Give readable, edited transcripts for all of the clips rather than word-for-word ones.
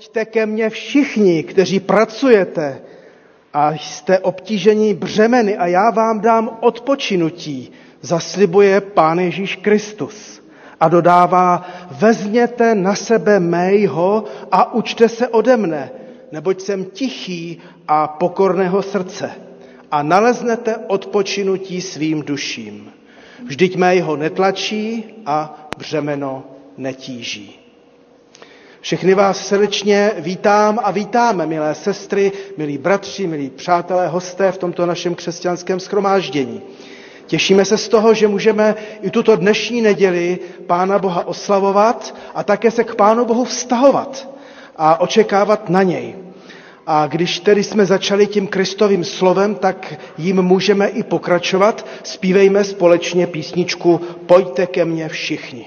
Pojďte ke mně všichni, kteří pracujete a jste obtíženi břemeny a já vám dám odpočinutí, zaslibuje Pán Ježíš Kristus. A dodává, vezměte na sebe mého a učte se ode mne, neboť jsem tichý a pokorného srdce a naleznete odpočinutí svým duším. Vždyť mého netlačí a břemeno netíží. Všechny vás srdečně vítám a vítáme, milé sestry, milí bratři, milí přátelé, hosté v tomto našem křesťanském shromáždění. Těšíme se z toho, že můžeme i tuto dnešní neděli Pána Boha oslavovat a také se k Pánu Bohu vztahovat a očekávat na něj. A když tedy jsme začali tím Kristovým slovem, tak jim můžeme i pokračovat. Zpívejme společně písničku Pojďte ke mně všichni.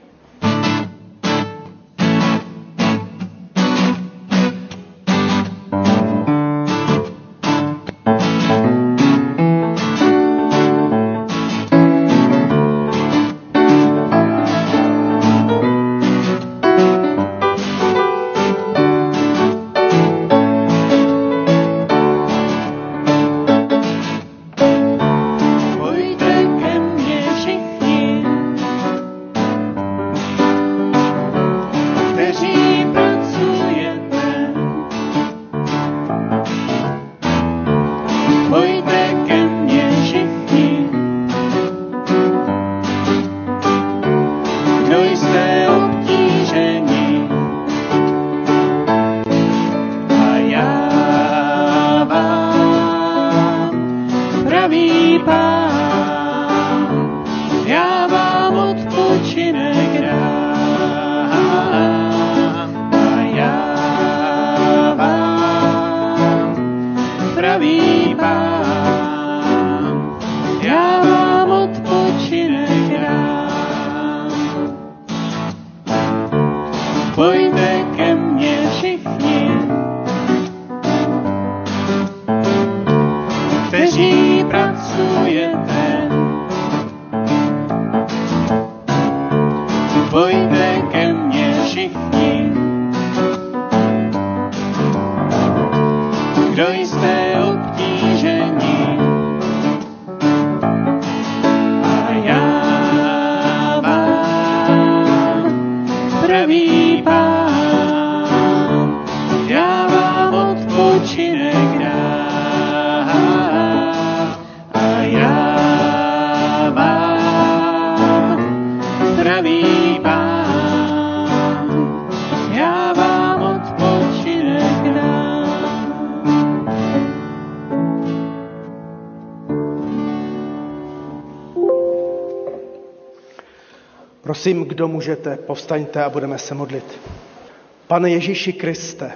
Prosím, kdo můžete, povstaňte a budeme se modlit. Pane Ježíši Kriste,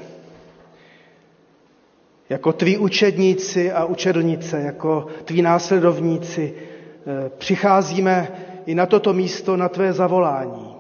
jako tví učedníci a učedlnice, jako tví následovníci, přicházíme i na toto místo na tvé zavolání.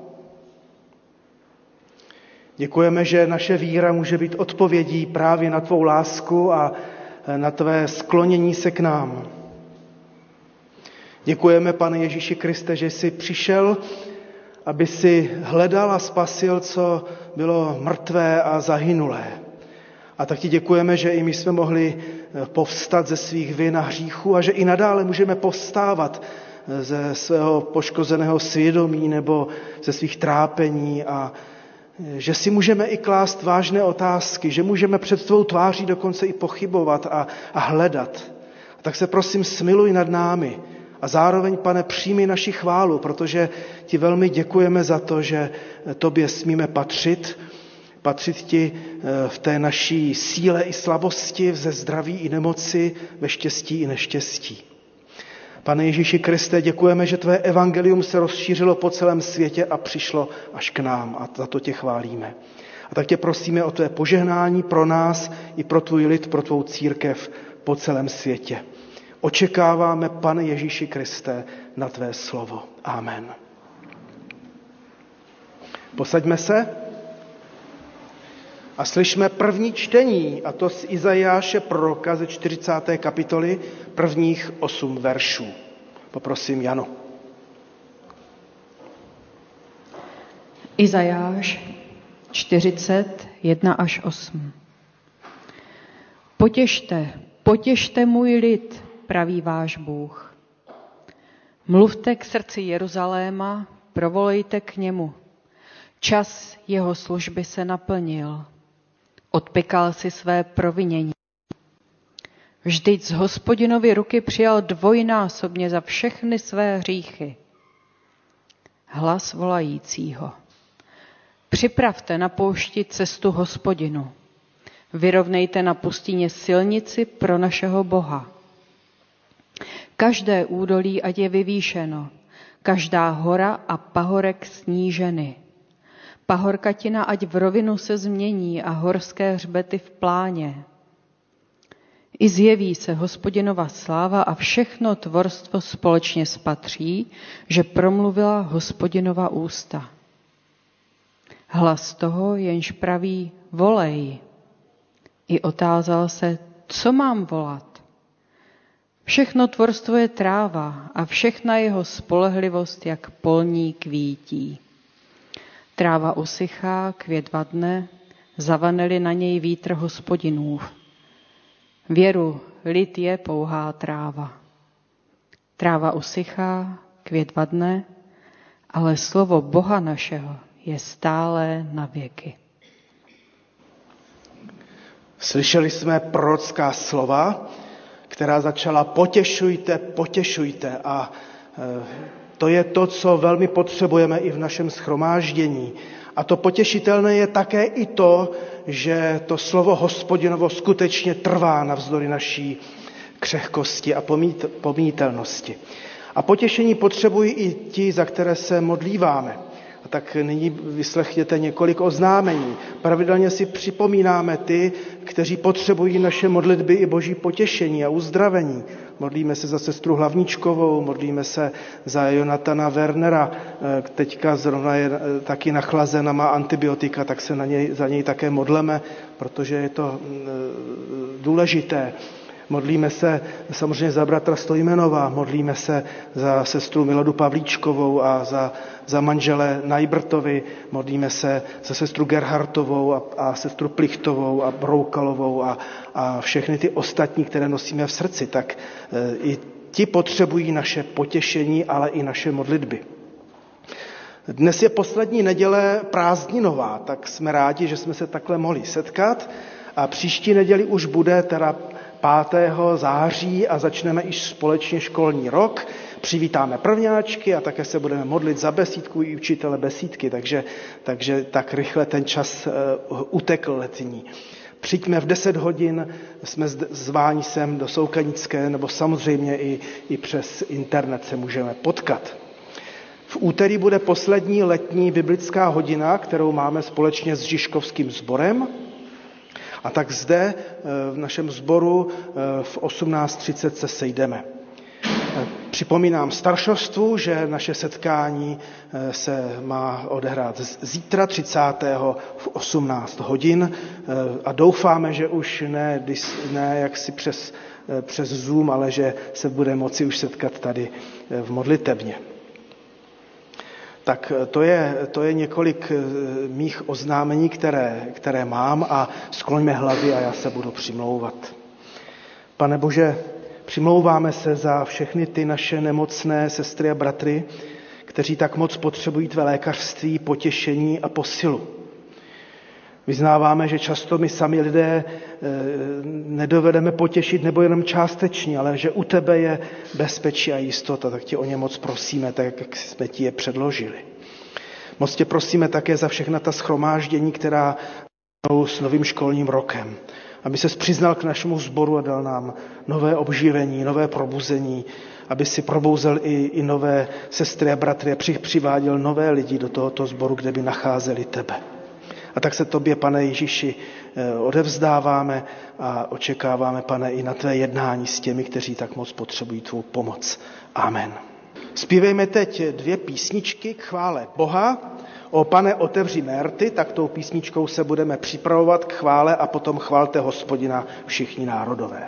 Děkujeme, že naše víra může být odpovědí právě na tvou lásku a na tvé sklonění se k nám. Děkujeme, Pane Ježíši Kriste, že jsi přišel, aby si hledal a spasil, co bylo mrtvé a zahynulé. A tak ti děkujeme, že i my jsme mohli povstat ze svých vin a hříchů a že i nadále můžeme povstávat ze svého poškozeného svědomí nebo ze svých trápení a že si můžeme i klást vážné otázky, že můžeme před tvou tváří dokonce i pochybovat a hledat. A tak se prosím smiluj nad námi a zároveň, Pane, přijmi naši chválu, protože ti velmi děkujeme za to, že tobě smíme patřit ti v té naší síle i slabosti, ze zdraví i nemoci, ve štěstí i neštěstí. Pane Ježíši Kriste, děkujeme, že tvé evangelium se rozšířilo po celém světě a přišlo až k nám a za to tě chválíme. A tak tě prosíme o tvé požehnání pro nás i pro tvůj lid, pro tvou církev po celém světě. Očekáváme, Pane Ježíši Kriste, na tvé slovo. Amen. Posaďme se a slyšme první čtení, a to z Izajáše proroka ze 40. kapitoly, prvních 8 veršů. Poprosím Janu. Izajáš, 40, 1 až 8. Potěšte můj lid, praví váš Bůh. Mluvte k srdci Jeruzaléma, provolejte k němu. Čas jeho služby se naplnil. Odpykal si své provinění. Vždyť z Hospodinovy ruky přijal dvojnásobně za všechny své hříchy. Hlas volajícího. Připravte na poušti cestu Hospodinu. Vyrovnejte na pustině silnici pro našeho Boha. Každé údolí ať je vyvýšeno, každá hora a pahorek sníženy. Pahorkatina ať v rovinu se změní a horské hřbety v pláně. I zjeví se Hospodinova sláva a všechno tvorstvo společně spatří, že promluvila Hospodinova ústa. Hlas toho, jenž praví volej. I otázal se, co mám volat. Všechno tvorstvo je tráva a všechna jeho spolehlivost jak polní kvítí. Tráva usychá, květ vadne, zavaneli na něj vítr Hospodinův. Věru, lid je pouhá tráva. Tráva usychá, květ vadne, ale slovo Boha našeho je stále na věky. Slyšeli jsme prorocká slova, která začala potěšujte a to je to, co velmi potřebujeme i v našem shromáždění. A to potěšitelné je také i to, že to slovo Hospodinovo skutečně trvá navzdory naší křehkosti a pomítelnosti. A potěšení potřebují i ti, za které se modlíváme. A tak nyní vyslechněte několik oznámení. Pravidelně si připomínáme ty, kteří potřebují naše modlitby i boží potěšení a uzdravení. Modlíme se za sestru Hlavničkovou, modlíme se za Jonatana Wernera, teďka zrovna je taky nachlazena, má antibiotika, tak se za něj také modleme, protože je to důležité. Modlíme se samozřejmě za bratra Stojmenova, modlíme se za sestru Miladu Pavlíčkovou a za manžele Najbrtovi, modlíme se za sestru Gerhartovou a sestru Plichtovou a Broukalovou a všechny ty ostatní, které nosíme v srdci. Tak i ti potřebují naše potěšení, ale i naše modlitby. Dnes je poslední neděle prázdninová, tak jsme rádi, že jsme se takhle mohli setkat a příští neděli už bude teda 5. září a začneme již společně školní rok. Přivítáme prvňáčky a také se budeme modlit za besídku i učitele besídky, takže tak rychle ten čas utekl letní. Přijďme v 10 hodin, jsme zváni sem do Soukanické, nebo samozřejmě i přes internet se můžeme potkat. V úterý bude poslední letní biblická hodina, kterou máme společně s Žižkovským sborem. A tak zde v našem sboru v 18:30 se sejdeme. Připomínám staršovstvu, že naše setkání se má odehrát zítra 30. v 18 hodin a doufáme, že už ne jaksi přes Zoom, ale že se bude moci už setkat tady v modlitebně. Tak to je několik mých oznámení, které mám a skloňme hlavy a já se budu přimlouvat. Pane Bože, přimlouváme se za všechny ty naše nemocné sestry a bratry, kteří tak moc potřebují tvé lékařství, potěšení a posilu. Vyznáváme, že často my sami lidé nedovedeme potěšit nebo jenom částečně, ale že u tebe je bezpečí a jistota, tak tě o ně moc prosíme, tak jak jsme ti je předložili. Moc tě prosíme také za všechna ta shromáždění, která jsou s novým školním rokem. Aby ses přiznal k našemu sboru a dal nám nové obživení, nové probuzení, aby si probouzel i nové sestry a bratry a přiváděl nové lidi do tohoto sboru, kde by nacházeli tebe. A tak se tobě, Pane Ježíši, odevzdáváme a očekáváme, Pane, i na tvé jednání s těmi, kteří tak moc potřebují tvou pomoc. Amen. Zpívejme teď 2 písničky k chvále Boha. O Pane, otevři mé rty, tak tou písničkou se budeme připravovat k chvále a potom chválte Hospodina všichni národové.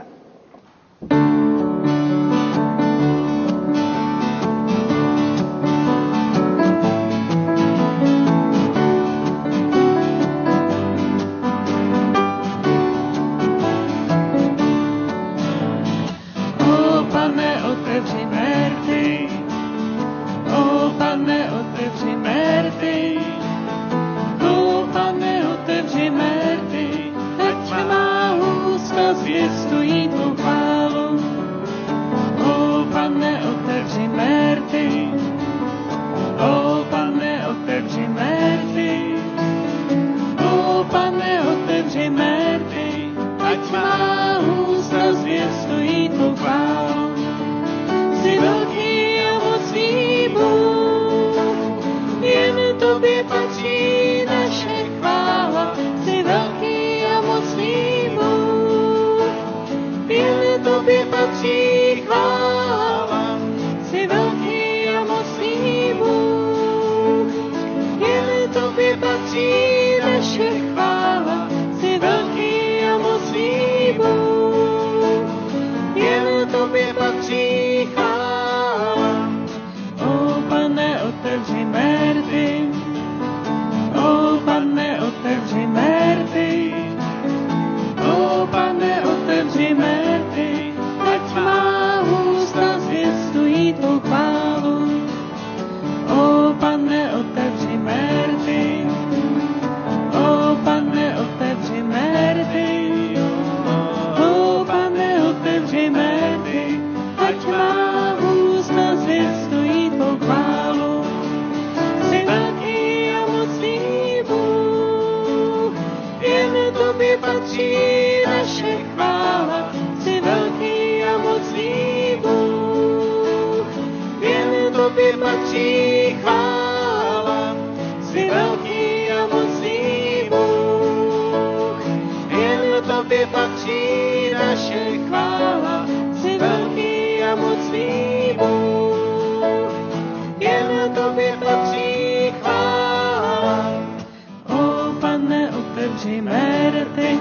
zvěstují tvou chválu. O Pane, otevři mé rty. O Pane, otevři mé rty. O Pane, otevři mé rty. Ať má ústa zvěstují tvou chválu. Jsi velký a mocný Bůh, jen tobě patří naše chvála. Jsi velký a mocný Bůh, jen tobě patří chvála. Jsi velký a mocný Bůh, jen tobě patří naše chvála. Jsi velký a mocný Bůh, jen tobě patří chvála. O Pane, otevři mé rty. O Pane, otevři mé rty. O Pane, otevři mé rty. Ať má ústa zvěstují tvou chválu. O Pane, otevři mé rty. O Pane, otevři mé rty. O Pane, otevři mé rty. Ať má ústa zvěstují tvou chválu. Jsi velký a mocný Bůh, jen tobě patří naše chvála. Jsi velký a mocný Bůh, jen tobě patří chvála. Jsi velký a mocný Bůh, jen tobě patří naše chvála. Jsi velký a mocný Bůh, jen tobě patří chvála. O Pane, otevři mé rty.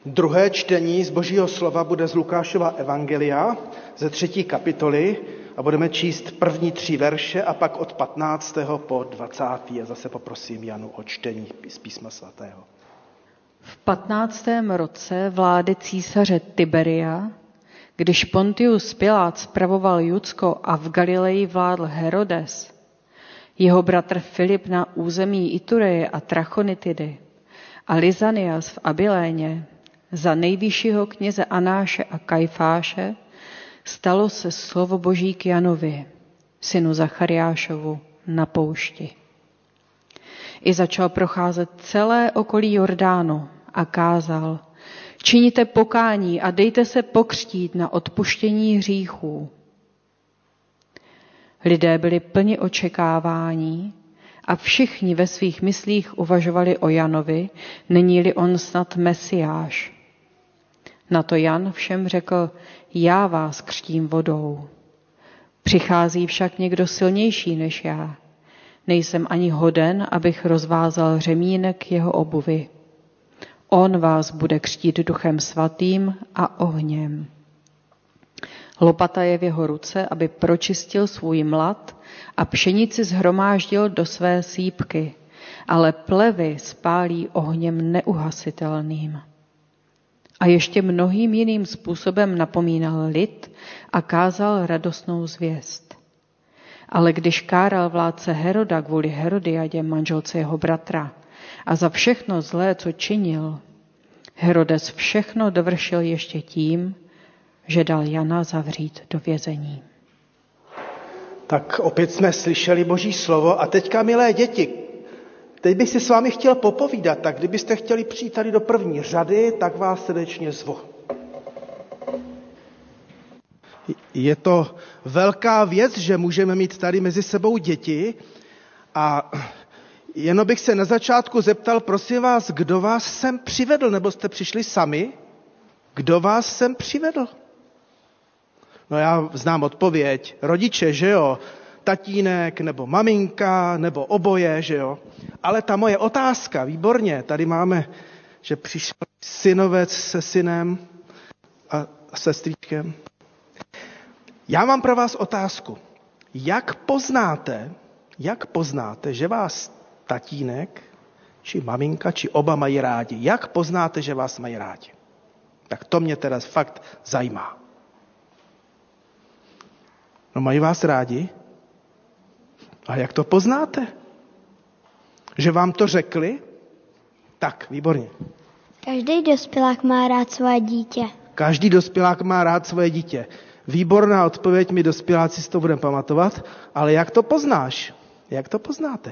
Druhé čtení z Božího slova bude z Lukášova evangelia ze 3. kapitoly a budeme číst první 3 verše a pak od 15. po 20. A zase poprosím Janu o čtení z písma svatého. V 15. roce vlády císaře Tiberia, když Pontius Pilát spravoval Judsko a v Galileji vládl Herodes, jeho bratr Filip na území Itureje a Trachonitidy a Lysanias v Abiléně, za nejvyššího kněze Anáše a Kajfáše, stalo se slovo Boží k Janovi, synu Zachariášovu, na poušti. I začal procházet celé okolí Jordánu a kázal: činíte pokání a dejte se pokřtít na odpuštění hříchů. Lidé byli plni očekávání a všichni ve svých myslích uvažovali o Janovi, není-li on snad Mesiáš. Na to Jan všem řekl: já vás křtím vodou. Přichází však někdo silnější než já. Nejsem ani hoden, abych rozvázal řemínek jeho obuvi. On vás bude křtít Duchem svatým a ohněm. Lopata je v jeho ruce, aby pročistil svůj mlad a pšenici shromáždil do své sýpky, ale plevy spálí ohněm neuhasitelným. A ještě mnohým jiným způsobem napomínal lid a kázal radostnou zvěst. Ale když káral vládce Heroda kvůli Herodiadě, manželce jeho bratra, a za všechno zlé, co činil, Herodes všechno dovršil ještě tím, že dal Jana zavřít do vězení. Tak opět jsme slyšeli Boží slovo a teďka, milé děti, teď bych si s vámi chtěl popovídat, tak kdybyste chtěli přijít tady do první řady, tak vás srdečně zvu. Je to velká věc, že můžeme mít tady mezi sebou děti a jenom bych se na začátku zeptal, prosím vás, kdo vás sem přivedl, nebo jste přišli sami? Kdo vás sem přivedl? No já znám odpověď. Rodiče, že jo? Tatínek, nebo maminka, nebo oboje, že jo? Ale ta moje otázka, výborně, tady máme, že přišel synovec se synem a sestříčkem. Já mám pro vás otázku. Jak poznáte, že vás tatínek, či maminka, či oba mají rádi? Jak poznáte, že vás mají rádi? Tak to mě teda fakt zajímá. No mají vás rádi? A jak to poznáte? Že vám to řekli? Tak, výborně. Každý dospělák má rád svoje dítě. Každý dospělák má rád svoje dítě. Výborná odpověď, my dospěláci si to budeme pamatovat, ale jak to poznáš? Jak to poznáte?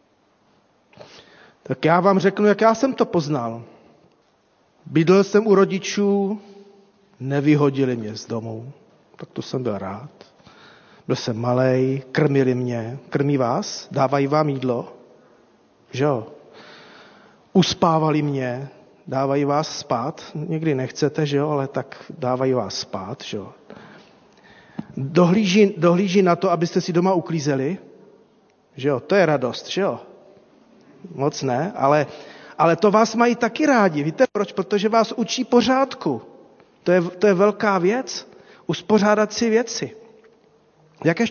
Tak já vám řeknu, jak já jsem to poznal. Bydlel jsem u rodičů, nevyhodili mě z domu, tak to jsem byl rád. Byl jsem malej, krmili mě. Krmí vás? Dávají vám jídlo? Že jo? Uspávali mě, dávají vás spát. Někdy nechcete, že jo, ale tak dávají vás spát, že jo? Dohlíží na to, abyste si doma uklízeli, že jo? To je radost, že jo? Moc ne, ale to vás mají taky rádi. Víte proč? Protože vás učí pořádku. To je velká věc. Uspořádat si věci. Jak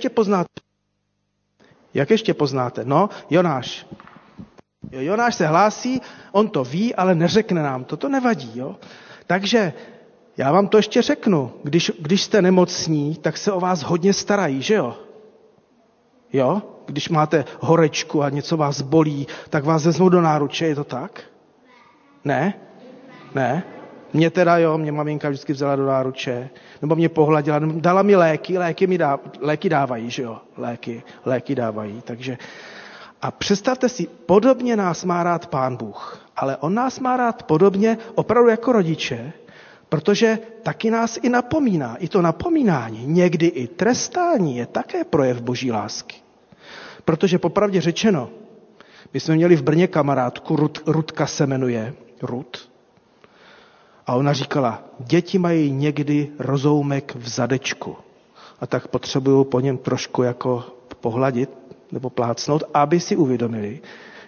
ještě poznáte? No, Jonáš. Jonáš se hlásí, on to ví, ale neřekne nám to. To nevadí, jo? Takže já vám to ještě řeknu. Když jste nemocní, tak se o vás hodně starají, že jo? Jo? Když máte horečku a něco vás bolí, tak vás vezmou do náruče, je to tak? Ne? Ne? Mě teda jo, mě maminka vždycky vzala do náruče, nebo mě pohladila, dala mi léky, léky dávají, že jo? Léky dávají, takže... A představte si, podobně nás má rád Pán Bůh, ale on nás má rád podobně opravdu jako rodiče, protože taky nás i napomíná. I to napomínání, někdy i trestání je také projev Boží lásky. Protože popravdě řečeno, my jsme měli v Brně kamarádku, Rudka se jmenuje, Rud, a ona říkala, děti mají někdy rozoumek v zadečku a tak potřebují po něm trošku jako pohladit nebo plácnout, aby si uvědomili,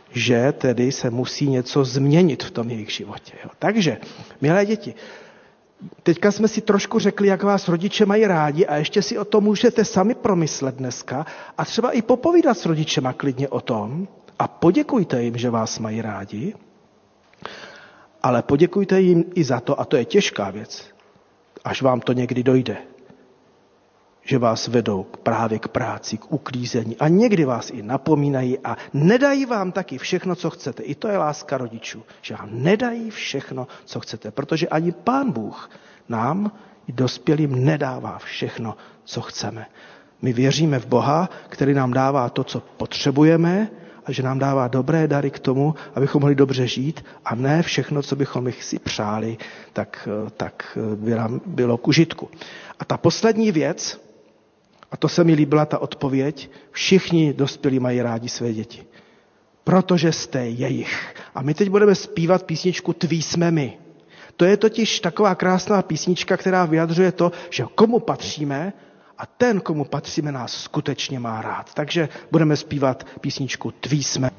že tedy se musí něco změnit v tom jejich životě. Jo. Takže, milé děti, teďka jsme si trošku řekli, jak vás rodiče mají rádi a ještě si o tom můžete sami promyslet dneska a třeba i popovídat s rodičema klidně o tom a poděkujte jim, že vás mají rádi, ale poděkujte jim i za to, a to je těžká věc, až vám to někdy dojde, že vás vedou právě k práci, k uklízení a někdy vás i napomínají a nedají vám taky všechno, co chcete. I to je láska rodičů, že vám nedají všechno, co chcete, protože ani Pán Bůh nám i dospělým nedává všechno, co chceme. My věříme v Boha, který nám dává to, co potřebujeme a že nám dává dobré dary k tomu, abychom mohli dobře žít a ne všechno, co bychom si přáli, tak by nám bylo k užitku. A ta poslední věc, a to se mi líbila ta odpověď, všichni dospělí mají rádi své děti. Protože jste jejich. A my teď budeme zpívat písničku Tví jsme my. To je totiž taková krásná písnička, která vyjadřuje to, že komu patříme a ten, komu patříme, nás skutečně má rád. Takže budeme zpívat písničku Tví jsme.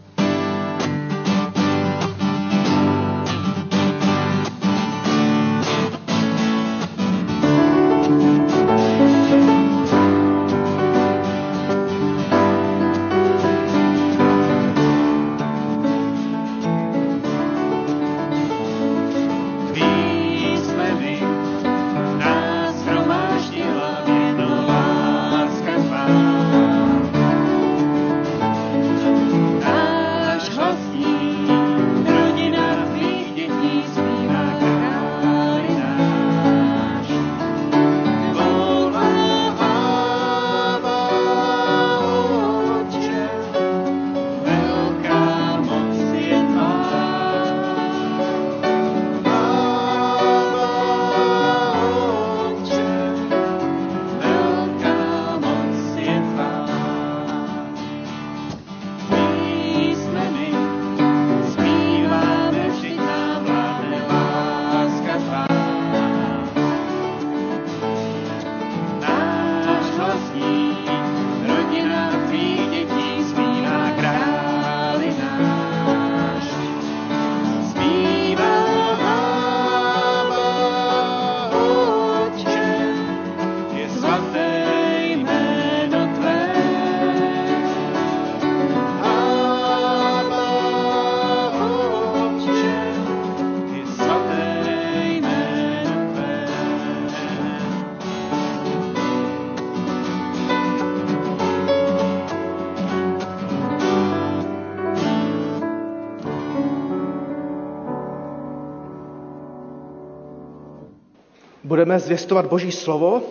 Budeme zvěstovat Boží slovo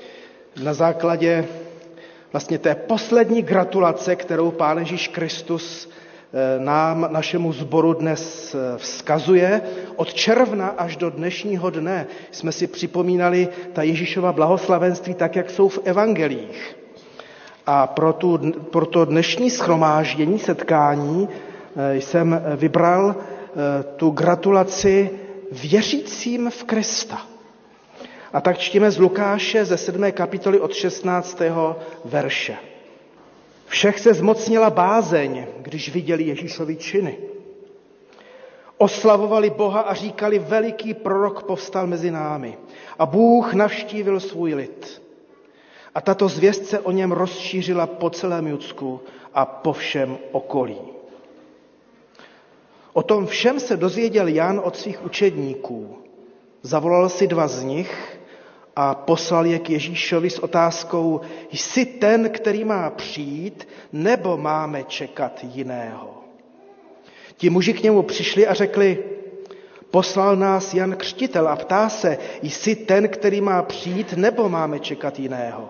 na základě vlastně té poslední gratulace, kterou Pán Ježíš Kristus nám, našemu sboru dnes vzkazuje. Od června až do dnešního dne jsme si připomínali ta Ježíšova blahoslavenství tak, jak jsou v evangelích. A pro to dnešní shromáždění, setkání, jsem vybral tu gratulaci věřícím v Krista. A tak čtíme z Lukáše ze 7. kapitoly od 16. verše. Všech se zmocnila bázeň, když viděli Ježíšovy činy. Oslavovali Boha a říkali, veliký prorok povstal mezi námi a Bůh navštívil svůj lid. A tato zvěst se o něm rozšířila po celém Judsku a po všem okolí. O tom všem se dozvěděl Jan od svých učedníků. Zavolal si 2 z nich a poslal je k Ježíšovi s otázkou, jsi ten, který má přijít, nebo máme čekat jiného? Ti muži k němu přišli a řekli, poslal nás Jan Křtitel a ptá se, jsi ten, který má přijít, nebo máme čekat jiného?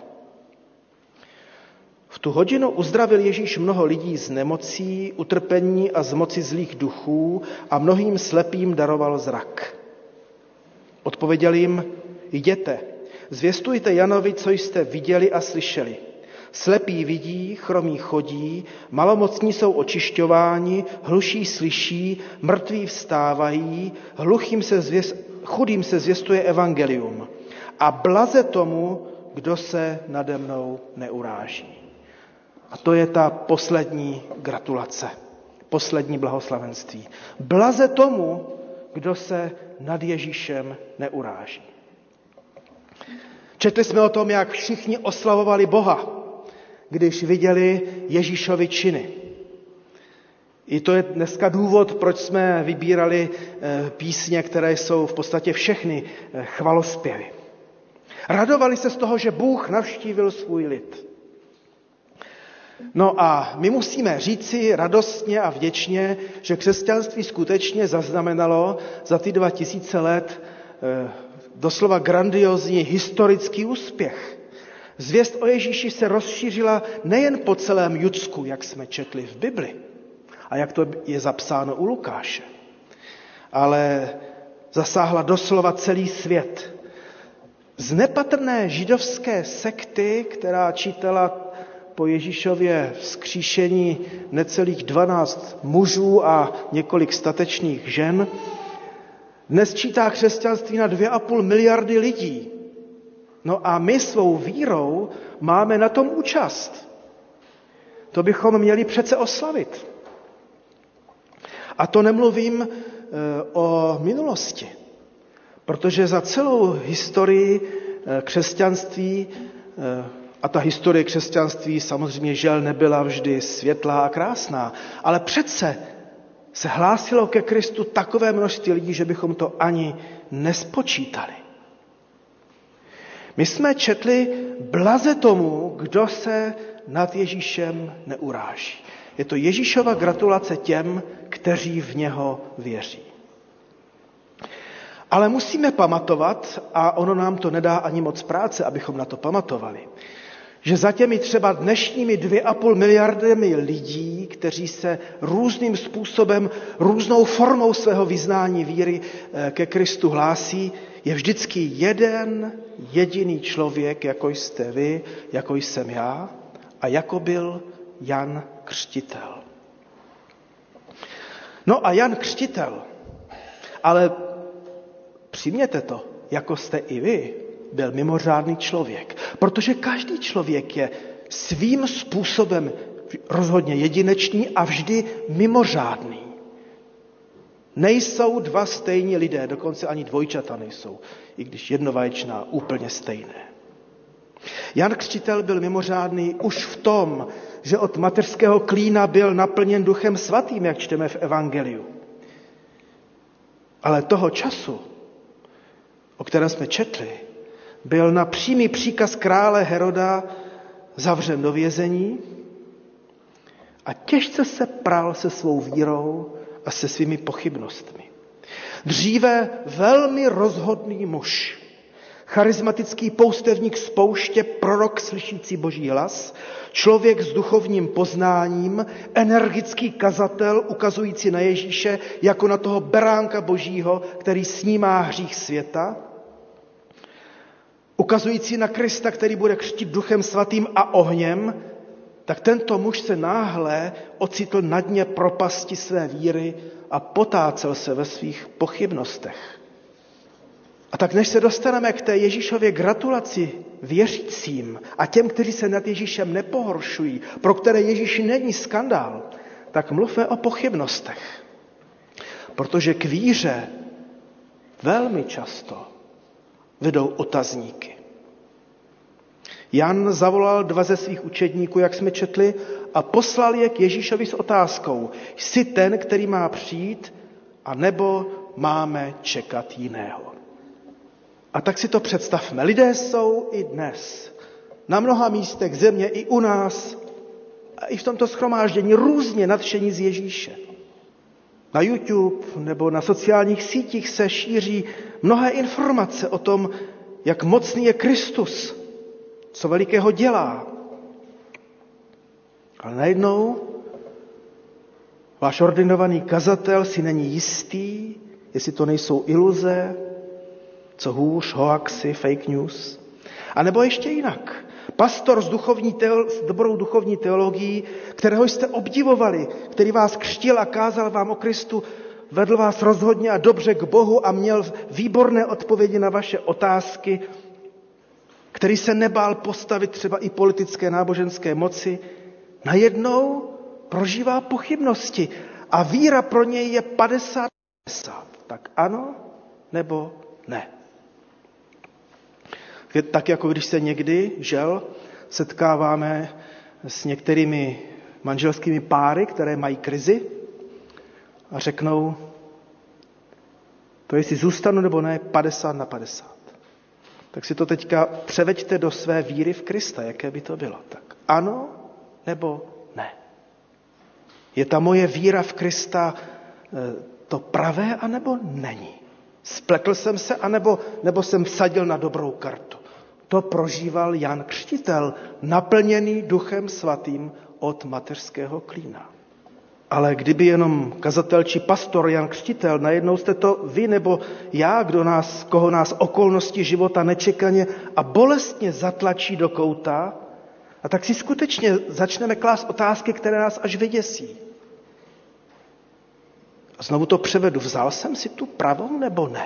V tu hodinu uzdravil Ježíš mnoho lidí z nemocí, utrpení a z moci zlých duchů a mnohým slepým daroval zrak. Odpověděl jim, jděte, zvěstujte Janovi, co jste viděli a slyšeli. Slepí vidí, chromí chodí, malomocní jsou očišťováni, hluší slyší, mrtví vstávají, chudým se zvěstuje evangelium. A blaze tomu, kdo se nade mnou neuráží. A to je ta poslední gratulace. poslední blahoslavenství. Blaze tomu, kdo se nad Ježíšem neuráží. Četli jsme o tom, jak všichni oslavovali Boha, když viděli Ježíšovy činy. I to je dneska důvod, proč jsme vybírali písně, které jsou v podstatě všechny chvalospěvy. Radovali se z toho, že Bůh navštívil svůj lid. No a my musíme říci radostně a vděčně, že křesťanství skutečně zaznamenalo za ty 2000 let doslova grandiózní historický úspěch. Zvěst o Ježíši se rozšířila nejen po celém Judsku, jak jsme četli v Bibli, a jak to je zapsáno u Lukáše, ale zasáhla doslova celý svět. Z nepatrné židovské sekty, která čítala po Ježíšově vzkříšení necelých 12 mužů a několik statečných žen, dnes čítá křesťanství na 2,5 miliardy lidí. No a my svou vírou máme na tom účast. To bychom měli přece oslavit. A to nemluvím o minulosti, protože za celou historii křesťanství, a ta historie křesťanství samozřejmě žel nebyla vždy světlá a krásná, ale přece se hlásilo ke Kristu takové množství lidí, že bychom to ani nespočítali. My jsme četli blaze tomu, kdo se nad Ježíšem neuráží. Je to Ježíšova gratulace těm, kteří v něho věří. Ale musíme pamatovat, a ono nám to nedá ani moc práce, abychom na to pamatovali, že za těmi třeba dnešními 2,5 miliardami lidí, kteří se různým způsobem, různou formou svého vyznání víry ke Kristu hlásí, je vždycky jeden jediný člověk, jako jste vy, jako jsem já a jako byl Jan Křtitel. No a Jan Křtitel, ale přijměte to, jako jste i vy, byl mimořádný člověk, protože každý člověk je svým způsobem rozhodně jedinečný a vždy mimořádný. Nejsou dva stejní lidé, dokonce ani dvojčata nejsou, i když jednovaječná úplně stejné. Jan Křtitel byl mimořádný už v tom, že od mateřského klína byl naplněn Duchem Svatým, jak čteme v Evangeliu. Ale toho času, o kterém jsme četli, byl na přímý příkaz krále Heroda zavřen do vězení a těžce se pral se svou vírou a se svými pochybnostmi. Dříve velmi rozhodný muž, charismatický poustevník z pouště, prorok slyšící Boží hlas, člověk s duchovním poznáním, energický kazatel ukazující na Ježíše jako na toho beránka Božího, který snímá hřích světa, ukazující na Krista, který bude křtít Duchem Svatým a ohněm, tak tento muž se náhle ocitl na dně propasti své víry a potácel se ve svých pochybnostech. A tak než se dostaneme k té Ježíšově gratulaci věřícím a těm, kteří se nad Ježíšem nepohoršují, pro které Ježíš není skandál, tak mluvme o pochybnostech. Protože k víře velmi často vedou otazníky. Jan zavolal 2 ze svých učedníků, jak jsme četli, a poslal je k Ježíšovi s otázkou: jsi ten, který má přijít, anebo máme čekat jiného? A tak si to představme. Lidé jsou i dnes na mnoha místech země, i u nás, a i v tomto shromáždění různě nadšení z Ježíše. Na YouTube nebo na sociálních sítích se šíří mnohé informace o tom, jak mocný je Kristus, co velikého dělá. Ale najednou váš ordinovaný kazatel si není jistý, jestli to nejsou iluze, co hůř, hoaxy, fake news. A nebo ještě jinak. Pastor s dobrou duchovní teologií, kterého jste obdivovali, který vás křtil a kázal vám o Kristu, vedl vás rozhodně a dobře k Bohu a měl výborné odpovědi na vaše otázky, který se nebál postavit třeba i politické náboženské moci, najednou prožívá pochybnosti a víra pro něj je 50-50. Tak ano nebo ne? Tak jako když se někdy, žel, setkáváme s některými manželskými páry, které mají krizi a řeknou, to jestli zůstanu nebo ne, 50-50. Tak si to teďka převeďte do své víry v Krista, jaké by to bylo. Tak ano nebo ne? Je ta moje víra v Krista to pravé, anebo není? Spletl jsem se, nebo jsem vsadil na dobrou kartu? To prožíval Jan Křtitel, naplněný Duchem Svatým od mateřského klína. Ale kdyby jenom kazatel či pastor Jan Křtitel, najednou jste to vy nebo já, koho nás okolnosti života nečekaně a bolestně zatlačí do kouta, a tak si skutečně začneme klást otázky, které nás až vyděsí. A znovu to převedu. Vzal jsem si tu pravou nebo ne?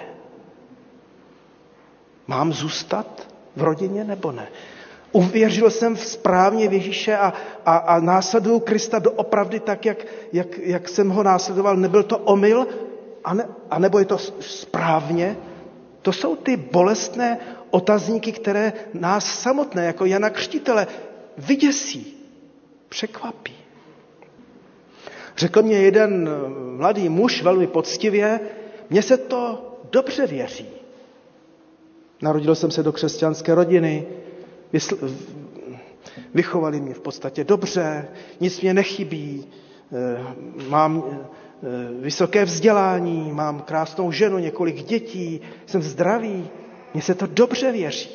Mám zůstat v rodině nebo ne? Uvěřil jsem správně v Ježíše a následuju Krista doopravdy tak, jak jsem ho následoval. Nebyl to omyl, anebo je to správně? To jsou ty bolestné otazníky, které nás samotné, jako Jana Křtitele, vyděsí, překvapí. Řekl mě jeden mladý muž velmi poctivě, mně se to dobře věří. Narodil jsem se do křesťanské rodiny, vychovali mě v podstatě dobře, nic mě nechybí, mám vysoké vzdělání, mám krásnou ženu, několik dětí, jsem zdravý, mně se to dobře věří.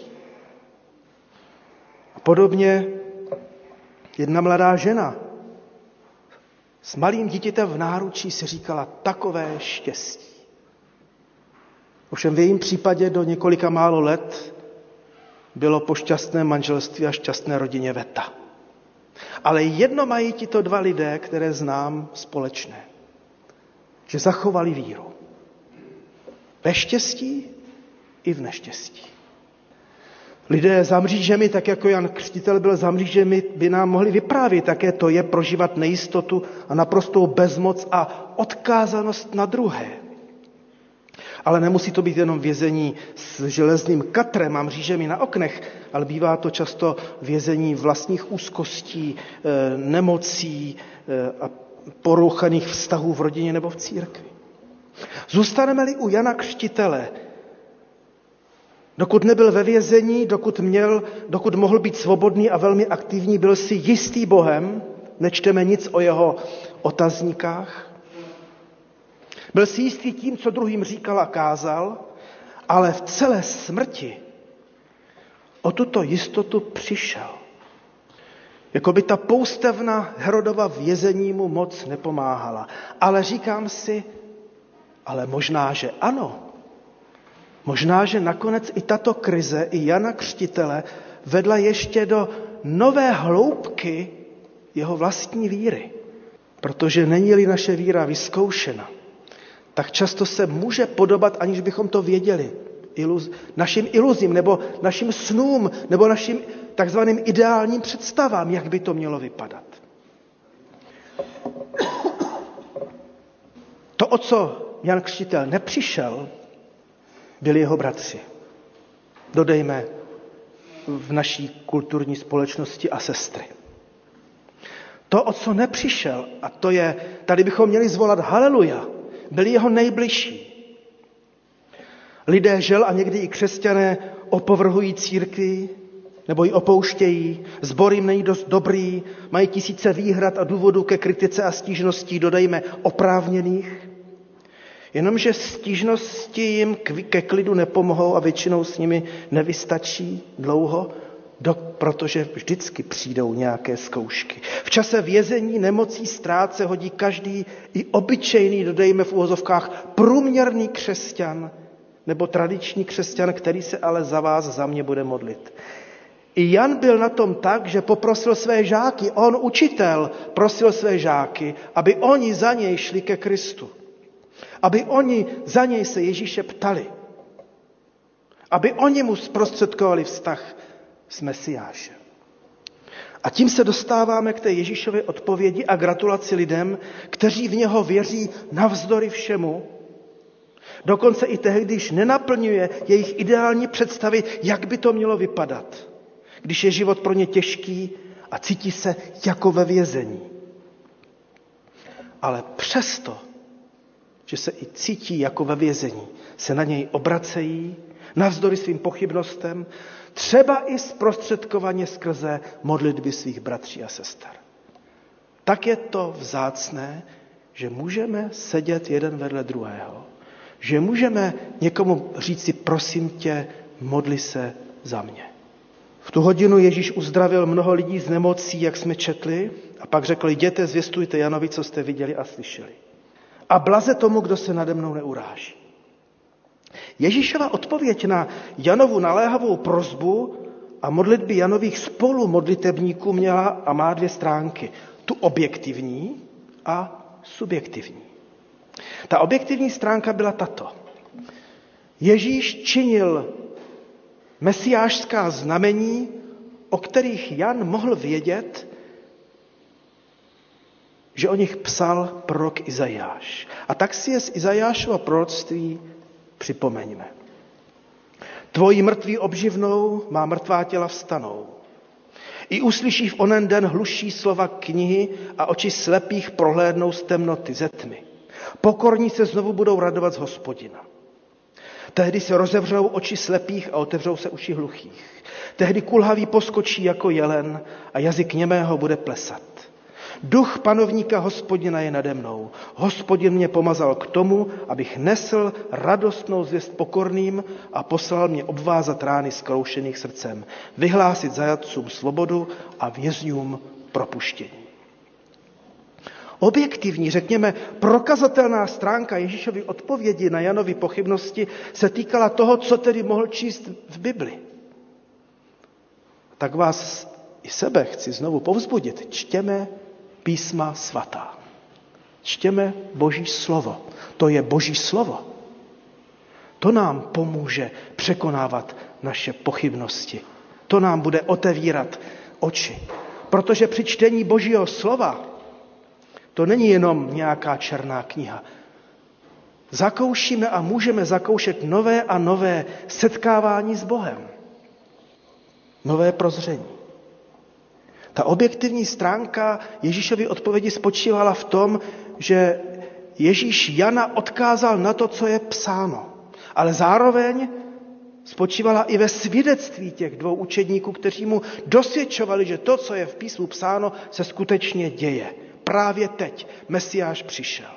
A podobně jedna mladá žena s malým dítětem v náručí si říkala takové štěstí. Ovšem v jejím případě do několika málo let bylo po šťastném manželství a šťastné rodině veta. Ale jedno mají tito dva lidé, které znám, společné. Že zachovali víru. Ve štěstí i v neštěstí. Lidé za mřížemi, tak jako Jan Křtitel byl za mřížemi, by nám mohli vyprávět, také to je prožívat nejistotu a naprostou bezmoc a odkázanost na druhé. Ale nemusí to být jenom vězení s železným katrem a mřížemi na oknech, ale bývá to často vězení vlastních úzkostí, nemocí a porouchaných vztahů v rodině nebo v církvi. Zůstaneme-li u Jana Křtitele, dokud nebyl ve vězení, dokud mohl být svobodný a velmi aktivní, byl si jistý Bohem, nečteme nic o jeho otazníkách, byl si jistý tím, co druhým říkal a kázal, ale v celé smrti o tuto jistotu přišel. Jakoby ta poustevna Herodova vězení mu moc nepomáhala. Ale říkám si, ale možná, že ano. Možná, že nakonec i tato krize, i Jana Křtitele vedla ještě do nové hloubky jeho vlastní víry. Protože není-li naše víra vyzkoušena, tak často se může podobat, aniž bychom to věděli, našim iluzím, nebo našim snům, nebo našim takzvaným ideálním představám, jak by to mělo vypadat. To, o co Jan Křtitel nepřišel, byli jeho bratři. Dodejme v naší kulturní společnosti a sestry. To, o co nepřišel, a to je, tady bychom měli zvolat haleluja, byli jeho nejbližší. Lidé žel a někdy i křesťané opovrhují církvi, nebo ji opouštějí, sbor jim není dost dobrý, mají tisíce výhrad a důvodů ke kritice a stížností, dodejme oprávněných. Jenomže stížnosti jim ke klidu nepomohou a většinou s nimi nevystačí dlouho, protože vždycky přijdou nějaké zkoušky. V čase vězení, nemocí, ztrát se hodí každý i obyčejný, dodejme v uvozovkách, průměrný křesťan nebo tradiční křesťan, který se ale za vás, za mě bude modlit. I Jan byl na tom tak, že poprosil své žáky, on učitel prosil své žáky, aby oni za něj šli ke Kristu. Aby oni za něj se Ježíše ptali. Aby oni mu zprostředkovali vztah s Mesiášem. A tím se dostáváme k té Ježíšově odpovědi a gratulaci lidem, kteří v něho věří navzdory všemu, dokonce i tehdy, když nenaplňuje jejich ideální představy, jak by to mělo vypadat, když je život pro ně těžký a cítí se jako ve vězení. Ale přesto, že se i cítí jako ve vězení, se na něj obracejí, navzdory svým pochybnostem, třeba i zprostředkovaně skrze modlitby svých bratří a sester. Tak je to vzácné, že můžeme sedět jeden vedle druhého, že můžeme někomu říci, prosím tě, modli se za mě. V tu hodinu Ježíš uzdravil mnoho lidí z nemocí, jak jsme četli, a pak řekl, jděte, zvěstujte Janovi, co jste viděli a slyšeli. A blaze tomu, kdo se nade mnou neuráží. Ježíšova odpověď na Janovu naléhavou prosbu a modlitby Janových spolumodlitebníků měla a má 2 stránky. Tu objektivní a subjektivní. Ta objektivní stránka byla tato. Ježíš činil mesiášská znamení, o kterých Jan mohl vědět, že o nich psal prorok Izajáš. A tak si je z Izajášova proroctví připomeňme. Tvoji mrtví obživnou, má mrtvá těla vstanou. I uslyší v onen den hluší slova knihy a oči slepých prohlédnou z temnoty, ze tmy. Pokorní se znovu budou radovat z Hospodina. Tehdy se rozevřou oči slepých a otevřou se uši hluchých. Tehdy kulhavý poskočí jako jelen a jazyk němého bude plesat. Duch panovníka Hospodina je nade mnou. Hospodin mě pomazal k tomu, abych nesl radostnou zvěst pokorným a poslal mě obvázat rány zkroušených srdcem, vyhlásit zajatcům svobodu a vězňům propuštění. Objektivní, řekněme, prokazatelná stránka Ježíšovy odpovědi na Janovy pochybnosti se týkala toho, co tedy mohl číst v Bibli. Tak vás i sebe chci znovu povzbudit. Čtěme Písma svatá. Čtěme Boží slovo. To je Boží slovo. To nám pomůže překonávat naše pochybnosti. To nám bude otevírat oči. Protože při čtení Božího slova to není jenom nějaká černá kniha. Zakoušíme a můžeme zakoušet nové a nové setkávání s Bohem. Nové prozření. Ta objektivní stránka Ježíšovy odpovědi spočívala v tom, že Ježíš Jana odkázal na to, co je psáno. Ale zároveň spočívala i ve svědectví těch 2 učedníků, kteří mu dosvědčovali, že to, co je v písmu psáno, se skutečně děje. Právě teď Mesiáš přišel.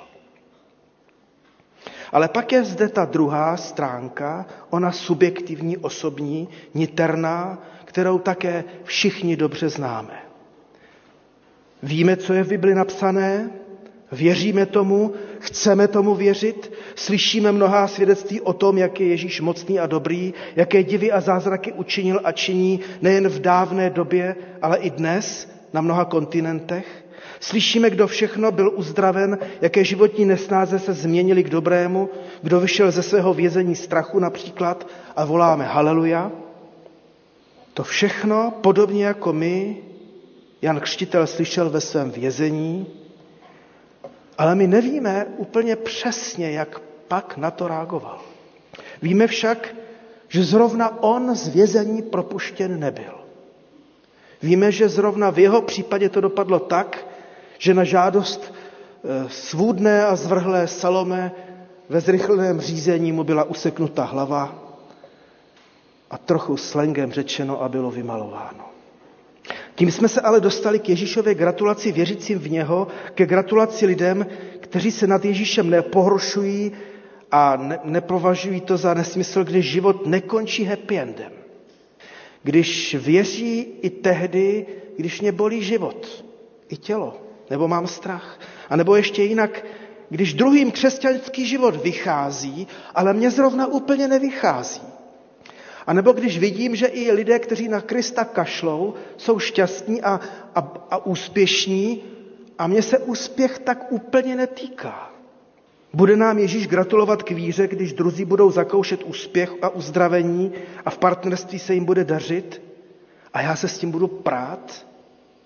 Ale pak je zde ta druhá stránka, ona subjektivní, osobní, niterná, kterou také všichni dobře známe. Víme, co je v Bibli napsané, věříme tomu, chceme tomu věřit, slyšíme mnohá svědectví o tom, jak je Ježíš mocný a dobrý, jaké divy a zázraky učinil a činí nejen v dávné době, ale i dnes na mnoha kontinentech. Slyšíme, kdo všechno byl uzdraven, jaké životní nesnáze se změnily k dobrému, kdo vyšel ze svého vězení strachu například a voláme haleluja. To všechno, podobně jako my, Jan Křtitel slyšel ve svém vězení, ale my nevíme úplně přesně, jak pak na to reagoval. Víme však, že zrovna on z vězení propuštěn nebyl. Víme, že zrovna v jeho případě to dopadlo tak, že na žádost svůdné a zvrhlé Salome ve zrychleném řízení mu byla useknuta hlava a trochu slangem řečeno a bylo vymalováno. Tím jsme se ale dostali k Ježíšově gratulaci věřícím v něho, ke gratulaci lidem, kteří se nad Ježíšem nepohoršují a nepovažují to za nesmysl, když život nekončí happy endem. Když věří i tehdy, když mě bolí život, i tělo, nebo mám strach. A nebo ještě jinak, když druhým křesťanský život vychází, ale mě zrovna úplně nevychází. A nebo když vidím, že i lidé, kteří na Krista kašlou, jsou šťastní a úspěšní a mně se úspěch tak úplně netýká. Bude nám Ježíš gratulovat k víře, když druzí budou zakoušet úspěch a uzdravení a v partnerství se jim bude dařit a já se s tím budu prát?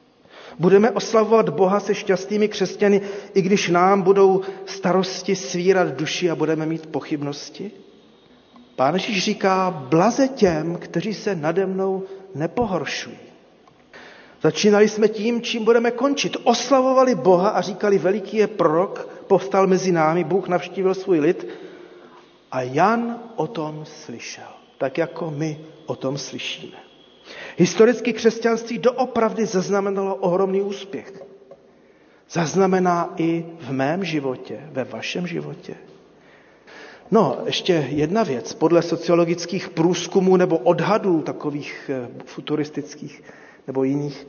Budeme oslavovat Boha se šťastnými křesťany, i když nám budou starosti svírat duši a budeme mít pochybnosti? Pán Ježíš říká, blaze těm, kteří se nade mnou nepohoršují. Začínali jsme tím, čím budeme končit. Oslavovali Boha a říkali, veliký je prorok, povstal mezi námi, Bůh navštívil svůj lid a Jan o tom slyšel, tak jako my o tom slyšíme. Historicky křesťanství doopravdy zaznamenalo ohromný úspěch. Zaznamená i v mém životě, ve vašem životě. No, ještě jedna věc. Podle sociologických průzkumů nebo odhadů takových futuristických nebo jiných,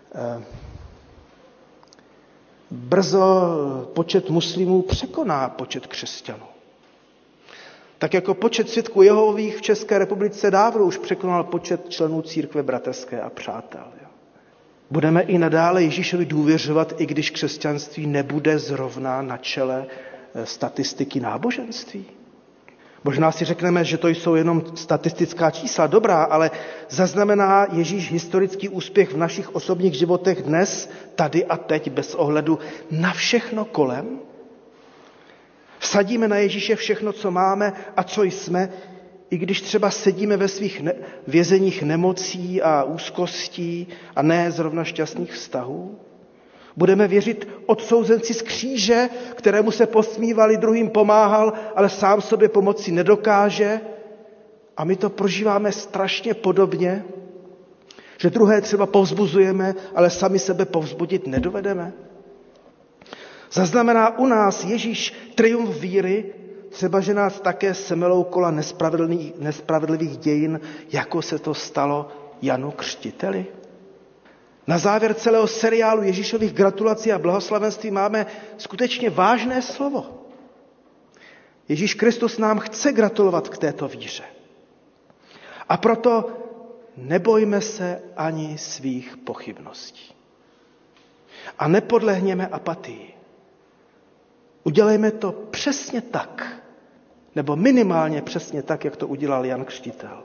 brzo počet muslimů překoná počet křesťanů. Tak jako počet svědků Jehovových v České republice dávno už překonal počet členů církve bratrské a přátel. Budeme i nadále Ježíšovi důvěřovat, i když křesťanství nebude zrovna na čele statistiky náboženství. Možná si řekneme, že to jsou jenom statistická čísla, dobrá, ale zaznamená Ježíš historický úspěch v našich osobních životech dnes, tady a teď, bez ohledu na všechno kolem? Vsadíme na Ježíše všechno, co máme a co jsme, i když třeba sedíme ve svých vězeních nemocí a úzkostí a ne zrovna šťastných vztahů? Budeme věřit odsouzenci z kříže, kterému se posmívali, druhým pomáhal, ale sám sobě pomoci nedokáže? A my to prožíváme strašně podobně, že druhé třeba povzbuzujeme, ale sami sebe povzbudit nedovedeme? Zaznamená u nás Ježíš triumf víry, třeba že nás také semelou kola nespravedlivých dějin, jako se to stalo Janu Křtiteli? Na závěr celého seriálu Ježíšových gratulací a blahoslavenství máme skutečně vážné slovo. Ježíš Kristus nám chce gratulovat k této víře. A proto nebojme se ani svých pochybností. A nepodlehněme apatii. Udělejme to přesně tak, nebo minimálně přesně tak, jak to udělal Jan Křtitel.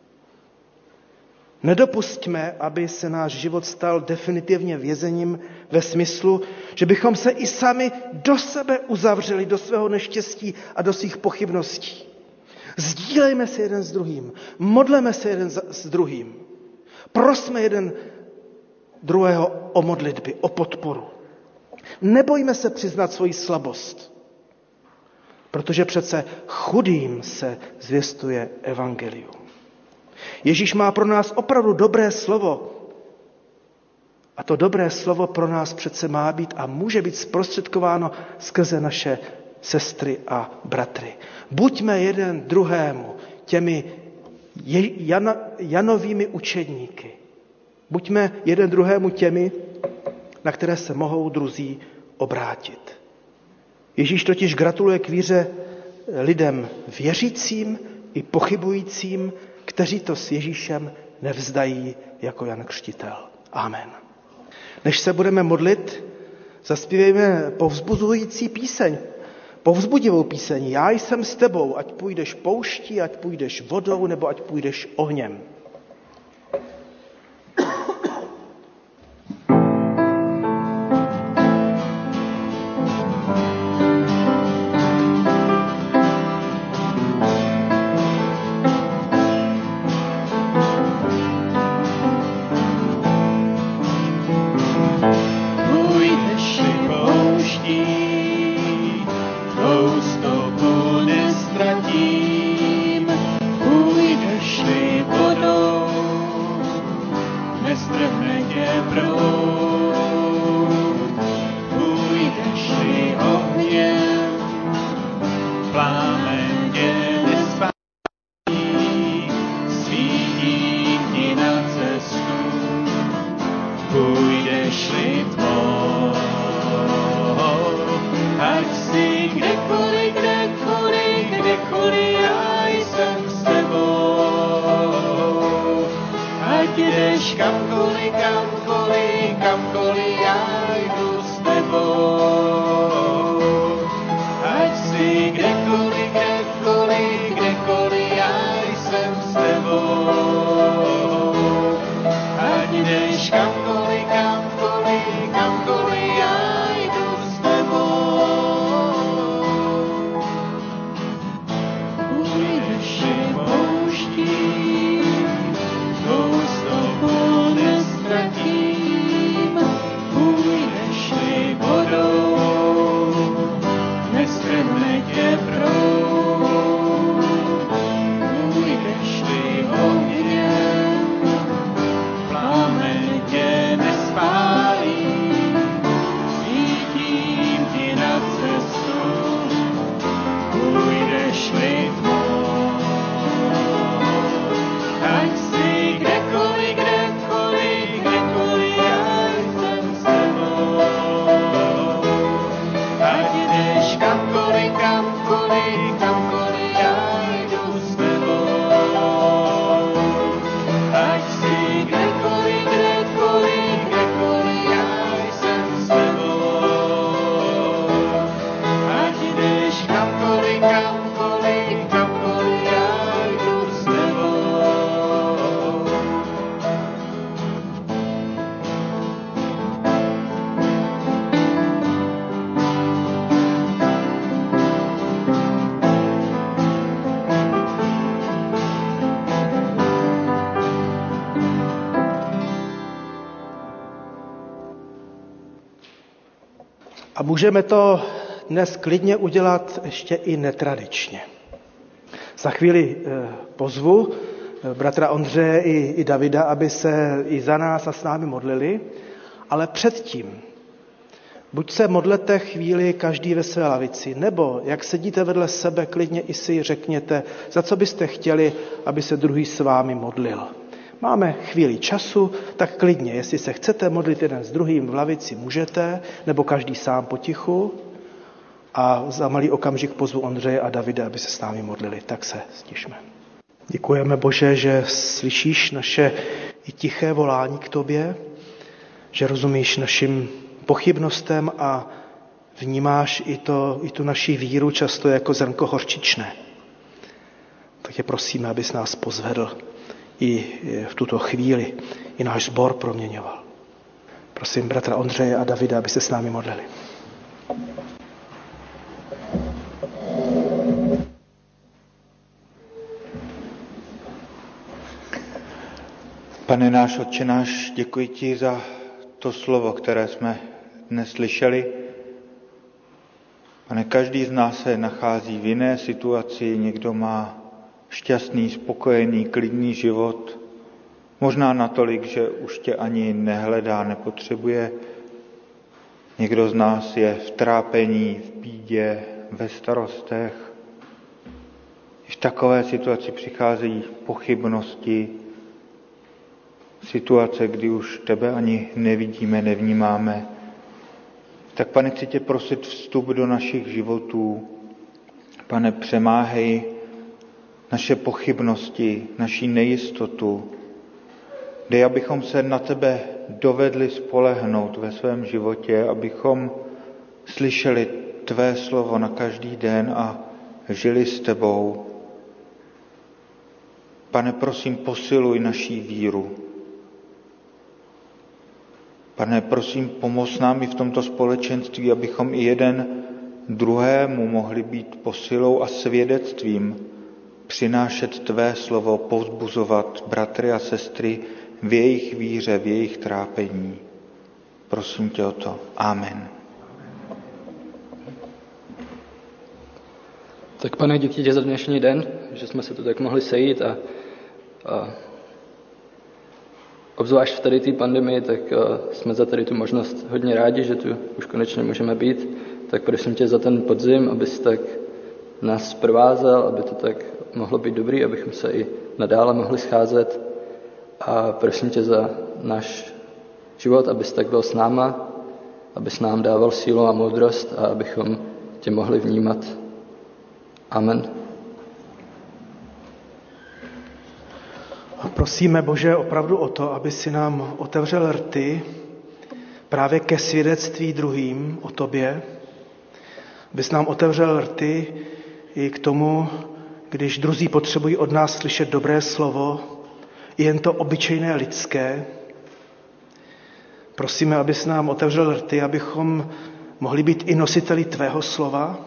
Nedopustíme, aby se náš život stal definitivně vězením ve smyslu, že bychom se i sami do sebe uzavřeli, do svého neštěstí a do svých pochybností. Sdílejme se jeden s druhým, modleme se jeden s druhým, prosme jeden druhého o modlitby, o podporu. Nebojme se přiznat svoji slabost, protože přece chudým se zvěstuje evangelium. Ježíš má pro nás opravdu dobré slovo. A to dobré slovo pro nás přece má být a může být zprostředkováno skrze naše sestry a bratry. Buďme jeden druhému těmi Janovými učedníky. Buďme jeden druhému těmi, na které se mohou druzí obrátit. Ježíš totiž gratuluje k víře lidem věřícím i pochybujícím, kteří to s Ježíšem nevzdají jako Jan Křtitel. Amen. Než se budeme modlit, zaspívejme povzbuzující píseň, povzbudivou píseň. Já jsem s tebou, ať půjdeš pouští, ať půjdeš vodou, nebo ať půjdeš ohněm. Stopu nestratím, půjdeš-li vodou. Vezme tě proud, půjdeš-li ohněm, plamen tě nespálí, svítím ti na cestu, půjdeš-li tmou. Ať si kdekoliv, já jsem s tebou. Ať jdeš kamkoliv, já jdu s tebou. Ať si kdekoliv, já jsem s tebou. Ať jdeš kamkoliv, já jdu s tebou. A můžeme to dnes klidně udělat ještě i netradičně. Za chvíli pozvu bratra Ondřeje i Davida, aby se i za nás a s námi modlili, ale předtím buď se modlete chvíli každý ve své lavici, nebo jak sedíte vedle sebe, klidně i si řekněte, za co byste chtěli, aby se druhý s vámi modlil. Máme chvíli času, tak klidně, jestli se chcete modlit jeden s druhým v lavici, můžete, nebo každý sám potichu. A za malý okamžik pozvu Ondřeje a Davida, aby se s námi modlili. Tak se stišme. Děkujeme, Bože, že slyšíš naše i tiché volání k tobě, že rozumíš našim pochybnostem a vnímáš i tu naši víru často jako zrnko horčičné. Tak tě prosíme, abys nás pozvedl i v tuto chvíli, i náš sbor proměňoval. Prosím bratra Ondřeje a Davida, aby se s námi modlili. Pane náš, Otče náš, děkuji ti za to slovo, které jsme dnes slyšeli. Pane, každý z nás se nachází v jiné situaci, někdo má šťastný, spokojený, klidný život, možná natolik, že už tě ani nehledá, nepotřebuje. Někdo z nás je v trápení, v bídě, ve starostech. I v takové situaci přicházejí pochybnosti, situace, kdy už tebe ani nevidíme, nevnímáme. Tak, Pane, chci tě prosit vstup do našich životů. Pane, přemáhej naše pochybnosti, naši nejistotu. Dej, abychom se na tebe dovedli spolehnout ve svém životě, abychom slyšeli tvé slovo na každý den a žili s tebou. Pane, prosím, posiluj naší víru. Pane, prosím, pomoz nám i v tomto společenství, abychom i jeden druhému mohli být posilou a svědectvím, přinášet tvé slovo, povzbuzovat bratry a sestry v jejich víře, v jejich trápení. Prosím tě o to. Amen. Tak, Pane, díky tě za dnešní den, že jsme se tu tak mohli sejít a obzvlášť v tady té pandemii, tak jsme za tady tu možnost hodně rádi, že tu už konečně můžeme být. Tak prosím tě za ten podzim, abys tak nás provázel, aby to tak mohlo být dobrý, abychom se i nadále mohli scházet. A prosím tě za náš život, abys tak byl s náma, abys nám dával sílu a moudrost a abychom tě mohli vnímat. Amen. Prosíme, Bože, opravdu o to, aby si nám otevřel rty právě ke svědectví druhým o tobě, abys nám otevřel rty i k tomu, když druzí potřebují od nás slyšet dobré slovo, jen to obyčejné lidské. Prosíme, abys nám otevřel rty, abychom mohli být i nositeli tvého slova.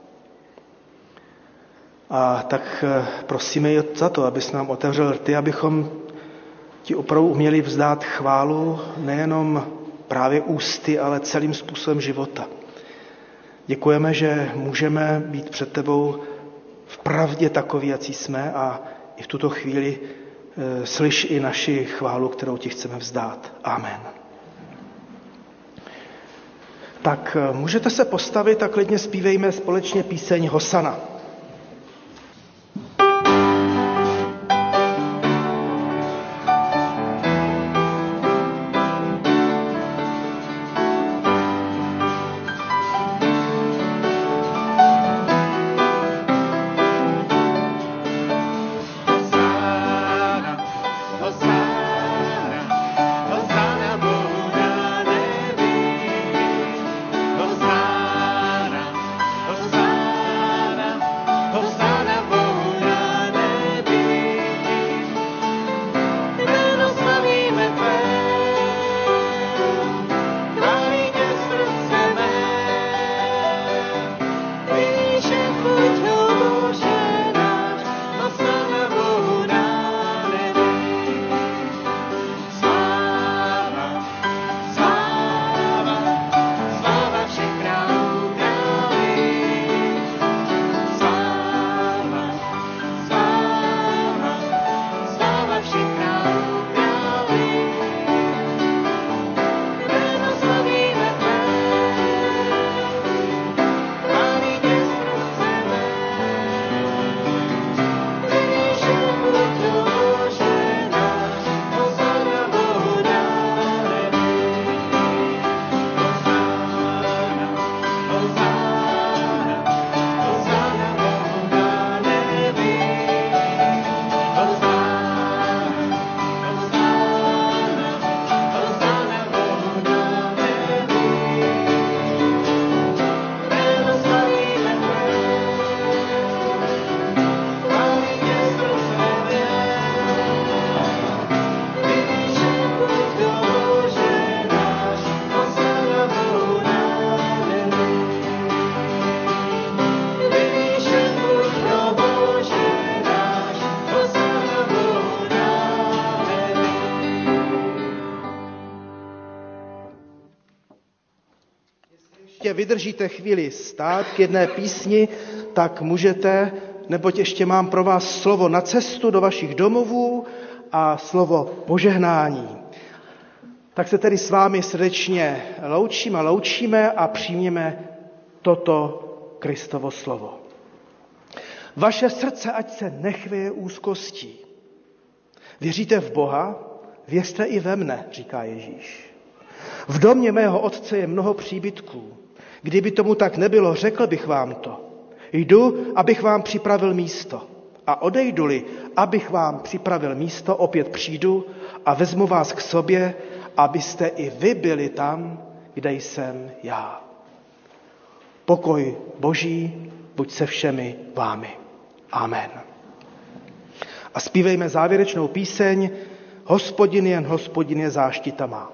A tak prosíme i za to, abys nám otevřel rty, abychom ti opravdu uměli vzdát chválu nejenom právě ústy, ale celým způsobem života. Děkujeme, že můžeme být před tebou v pravdě takoví, jací jsme, a i v tuto chvíli slyš i naši chválu, kterou ti chceme vzdát. Amen. Tak můžete se postavit a klidně zpívejme společně píseň Hosana. Vydržíte chvíli stát k jedné písni, tak můžete, neboť ještě mám pro vás slovo na cestu do vašich domovů a slovo požehnání. Tak se tedy s vámi srdečně loučíme a přijměme toto Kristovo slovo. Vaše srdce ať se nechvěje úzkostí. Věříte v Boha? Věřte i ve mne, říká Ježíš. V domě mého otce je mnoho příbytků. Kdyby tomu tak nebylo, řekl bych vám to. Jdu, abych vám připravil místo. A odejdu-li, abych vám připravil místo, opět přijdu a vezmu vás k sobě, abyste i vy byli tam, kde jsem já. Pokoj Boží buď se všemi vámi. Amen. A zpívejme závěrečnou píseň Hospodin je záštita má.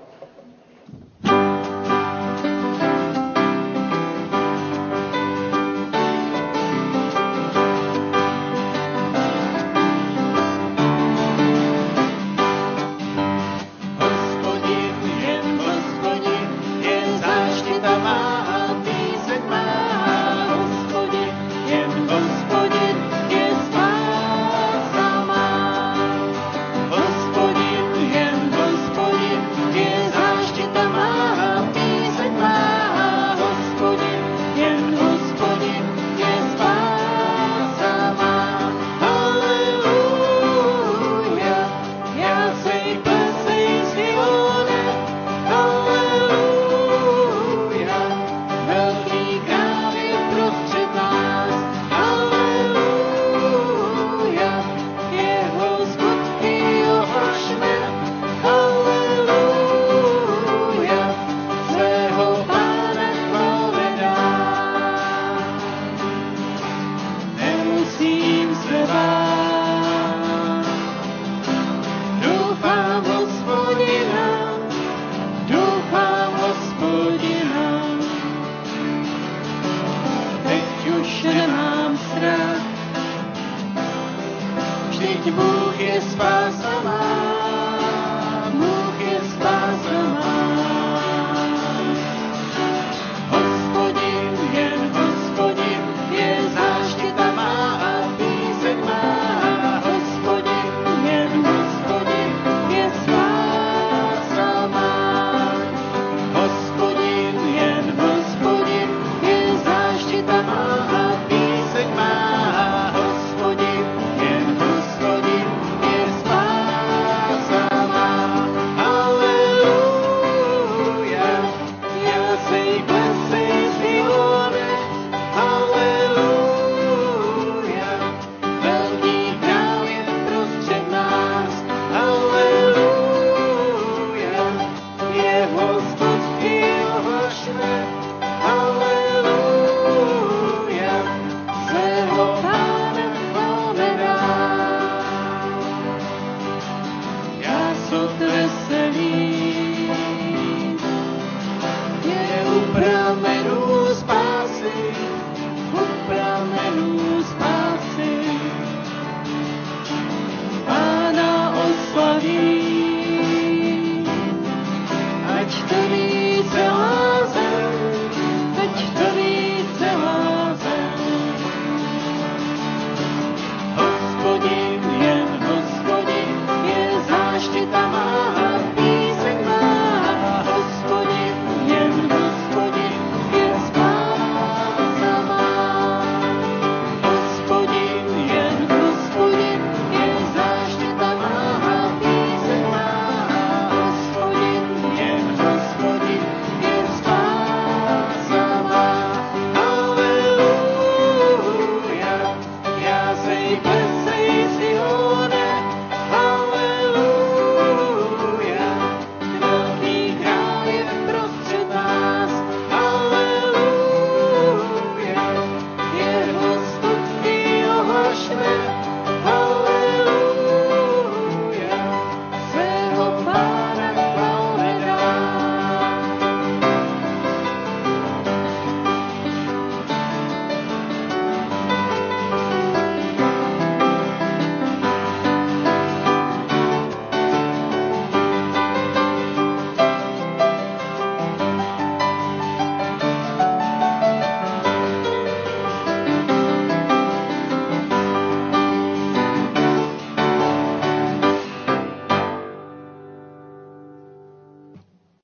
bez